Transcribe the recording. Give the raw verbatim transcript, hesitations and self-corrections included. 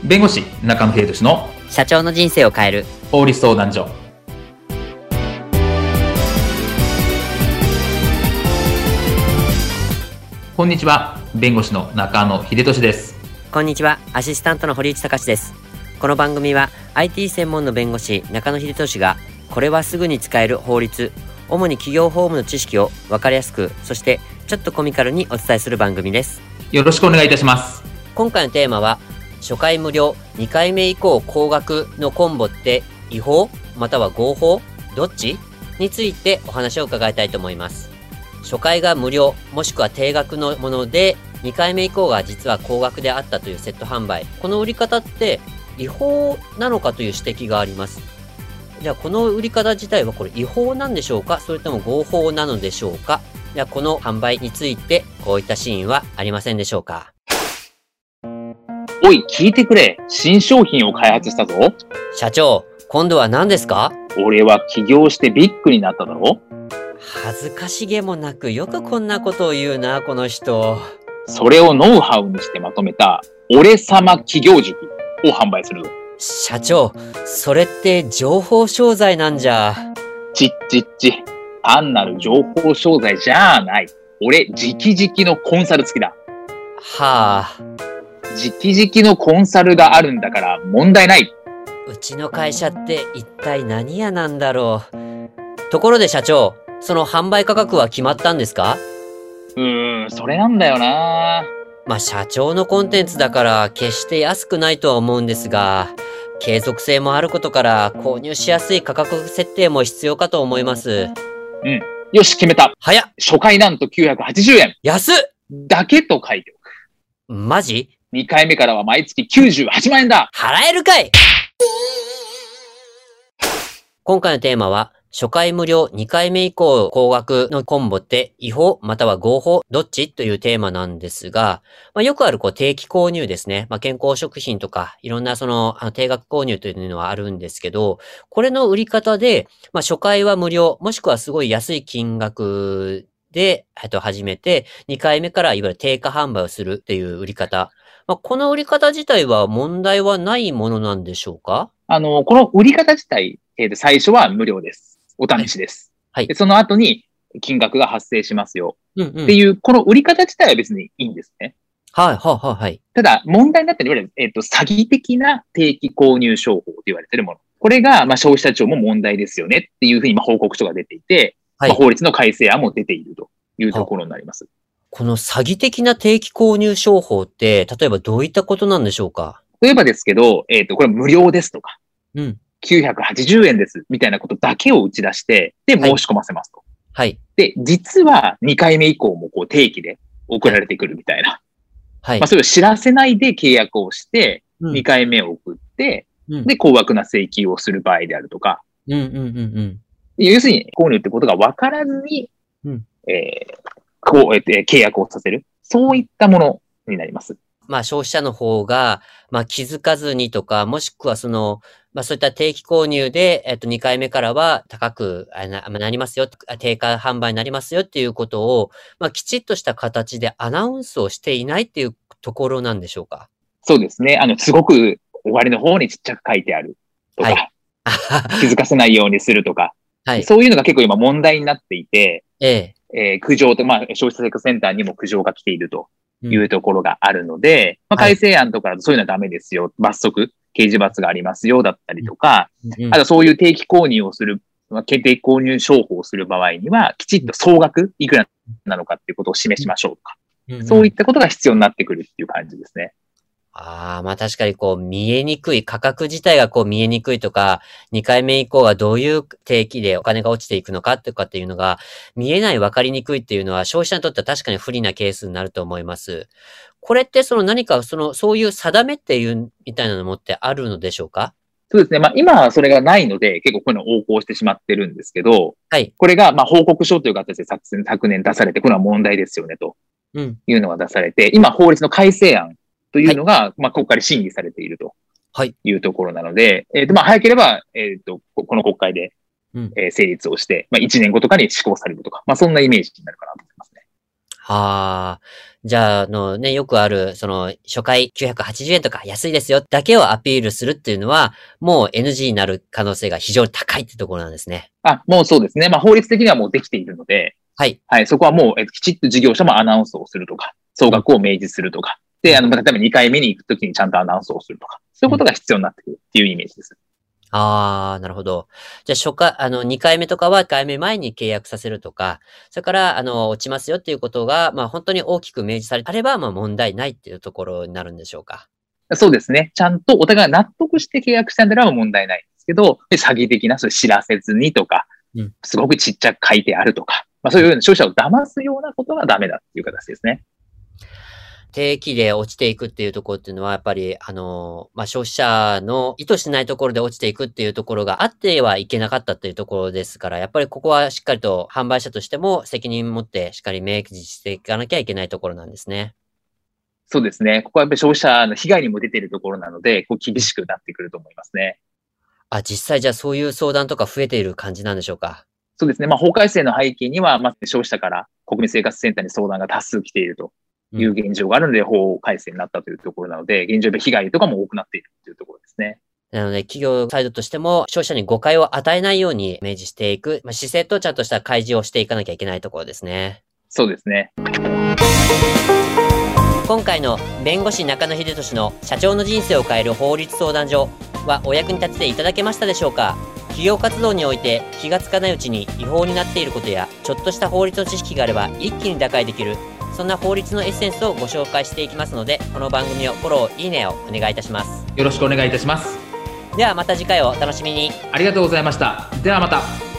弁護士中野秀俊の社長の人生を変える法律相談所。こんにちは、弁護士の中野秀俊です。 こんにちは、アシスタントの堀内隆です。この番組は アイティー 専門の弁護士中野秀俊がこれはすぐに使える法律、主に企業法務の知識を分かりやすく、そしてちょっとコミカルにお伝えする番組です。 よろしくお願いいたします。 今回のテーマは、初回無料、にかいめ以降高額のコンボって違法または合法どっちについてお話を伺いたいと思います。初回が無料もしくは定額のもので、にかいめ以降が実は高額であったというセット販売、この売り方って違法なのかという指摘があります。じゃあこの売り方自体はこれ違法なんでしょうか、それとも合法なのでしょうか。じゃあこの販売についてこういったシーンはありませんでしょうか。 おい、聞いてくれ。新商品を開発したぞ。 社長、今度は何ですか？ 俺は起業してビッグになっただろ。 恥ずかしげもなくよくこんなことを言うな、この人。 それをノウハウにしてまとめた俺様起業塾を販売するぞ。 社長、それって情報商材なんじゃ。 ちっちっち。単なる情報商材じゃない。俺、直々のコンサル付きだ。 はあ。 直々のコンサルがあるんだから問題ない。 うちの会社って一体何屋なんだろう。ところで社長、その販売価格は決まったんですか？ うーん、それなんだよな。 まあ社長のコンテンツだから決して安くないとは思うんですが、継続性もあることから購入しやすい価格設定も必要かと思います。 うん。よし、決めた。 早っ。 初回なんときゅうひゃくはちじゅうえん。 安っ。 だけと書いておく。 マジ？ にかいめからは毎月きゅうじゅうはちまんえんだ。 払えるかい。今回のテーマは、初回無料にかいめ以降高額のコンボって違法または合法どっちというテーマなんですが、まあ、よくあるこう定期購入ですね。まあ、健康食品とかいろんなそのあの定額購入というのはあるんですけど、これの売り方で、まあ、初回は無料もしくはすごい安い金額で、えっと、始めて、にかいめからいわゆる定価販売をするっていう売り方。まあ、この売り方自体は問題はないものなんでしょうか？ あの、この売り方自体、えーと、最初は無料です。お試しです。 はい。 でその後に金額が発生しますよ。 うんうん。 っていう、この売り方自体は別にいいんですね。 はい、はい、はい、はい。 ただ、問題になっている、いわゆる、えっと、詐欺的な定期購入商法と言われているもの。これが、まあ、消費者庁も問題ですよねっていうふうに、まあ、報告書が出ていて、 はい。 まあ、法律の改正案も出ているというところになります。 この詐欺的な定期購入商法って、例えばどういったことなんでしょうか？ 例えばですけど、えっと、これ無料ですとか、 うん。 きゅうひゃくはちじゅうえんですみたいなことだけを打ち出して、で、申し込ませますと。 はい。 で、実はにかいめ以降もこう定期で送られてくるみたいな。 はい。 まあ、それを知らせないで契約をして、 うんにかいめを送って、 うん、 で、高額な請求をする場合であるとか。 うんうんうんうん。 要するに、購入ってことが分からずに、 うん、 えー、こう、えー、契約をさせる。そういったものになります。 まあ消費者の方が、まあ気づかずにとか、もしくはその、まあそういった定期購入で、えっとにかいめからは高くな、なりますよ、定価販売になりますよっていうことを、まあきちっとした形でアナウンスをしていないっていうところなんでしょうか？ そうですね。あの、すごく終わりの方にちっちゃく書いてあるとか、はい、気づかせないようにするとか、はい、そういうのが結構今問題になっていて、えええー、苦情と、まあ消費者生活センターにも苦情が来ていると。いうところがあるので、うん、まあ、改正案とかだとそういうのはダメですよ。はい、罰則、刑事罰がありますよだったりとか、うん、あとそういう定期購入をする、まあ、定期購入商法をする場合には、きちっと総額いくらなのかっていうことを示しましょうとか、うん、そういったことが必要になってくるっていう感じですね。 ああ、まあ確かにこう見えにくい、価格自体がこう見えにくいとか、にかいめ以降はどういう定期でお金が落ちていくのかとかっていうのが見えない、わかりにくいっていうのは消費者にとっては確かに不利なケースになると思います。これってその何かその、そういう定めっていうみたいなのもってあるのでしょうか？ そうですね。まあ今はそれがないので結構こういうのを横行してしまってるんですけど、はい。これがまあ報告書という形で昨年出されて、これは問題ですよねというのが出されて、うん、今法律の改正案というのが、はい、まあ、国会で審議されているというところなので、はい、えっと、まあ、早ければ、えっと、この国会で、うん、えー、成立をして、まあ、いちねんごとかに施行されるとか、まあ、そんなイメージになるかなと思いますね。 はあ。じゃあ、あのね、よくある、その、初回きゅうひゃくはちじゅうえんとか安いですよだけをアピールするっていうのは、もう エヌジー になる可能性が非常に高いってところなんですね。 あ、もうそうですね。まあ法律的にはもうできているので、はい。はい。そこはもう、えきちっと事業者もアナウンスをするとか、総額を明示するとか、で、あの、例えばにかいめに行くときにちゃんとアナウンスをするとか、そういうことが必要になってくるっていうイメージです。 ああ、なるほど。じゃあ、初回、あの、にかいめとかはいっかいめ前に契約させるとか、それから、あの、落ちますよっていうことが、まあ、本当に大きく明示されてあれば、まあ、問題ないっていうところになるんでしょうか。 そうですね。ちゃんとお互い納得して契約したんであれば問題ないんですけど、詐欺的な、それ知らせずにとか、うん、すごくちっちゃく書いてあるとか、まあ、そういうような消費者を騙すようなことがダメだっていう形ですね。 定期で落ちていくっていうところっていうのは、やっぱり、あの、まあ、消費者の意図しないところで落ちていくっていうところがあってはいけなかったっていうところですから、やっぱりここはしっかりと販売者としても責任持ってしっかり明示していかなきゃいけないところなんですね。 そうですね。ここはやっぱり消費者の被害にも出ているところなので、こう厳しくなってくると思いますね。 あ、実際じゃあそういう相談とか増えている感じなんでしょうか？ そうですね。まあ、法改正の背景には、まあ、消費者から国民生活センターに相談が多数来ているという現状があるので、うん、法改正になったというところなので、現状で被害とかも多くなっているというところですね。 なので、企業サイドとしても、消費者に誤解を与えないように明示していく、まあ、姿勢とちゃんとした開示をしていかなきゃいけないところですね。 そうですね。 今回の弁護士中野秀俊の社長の人生を変える法律相談所はお役に立てていただけましたでしょうか？企業活動において気がつかないうちに違法になっていることや、ちょっとした法律の知識があれば一気に打開できる、そんな法律のエッセンスをご紹介していきますので、この番組をフォロー、いいねをお願いいたします。 よろしくお願いいたします。 ではまた次回をお楽しみに。 ありがとうございました。ではまた。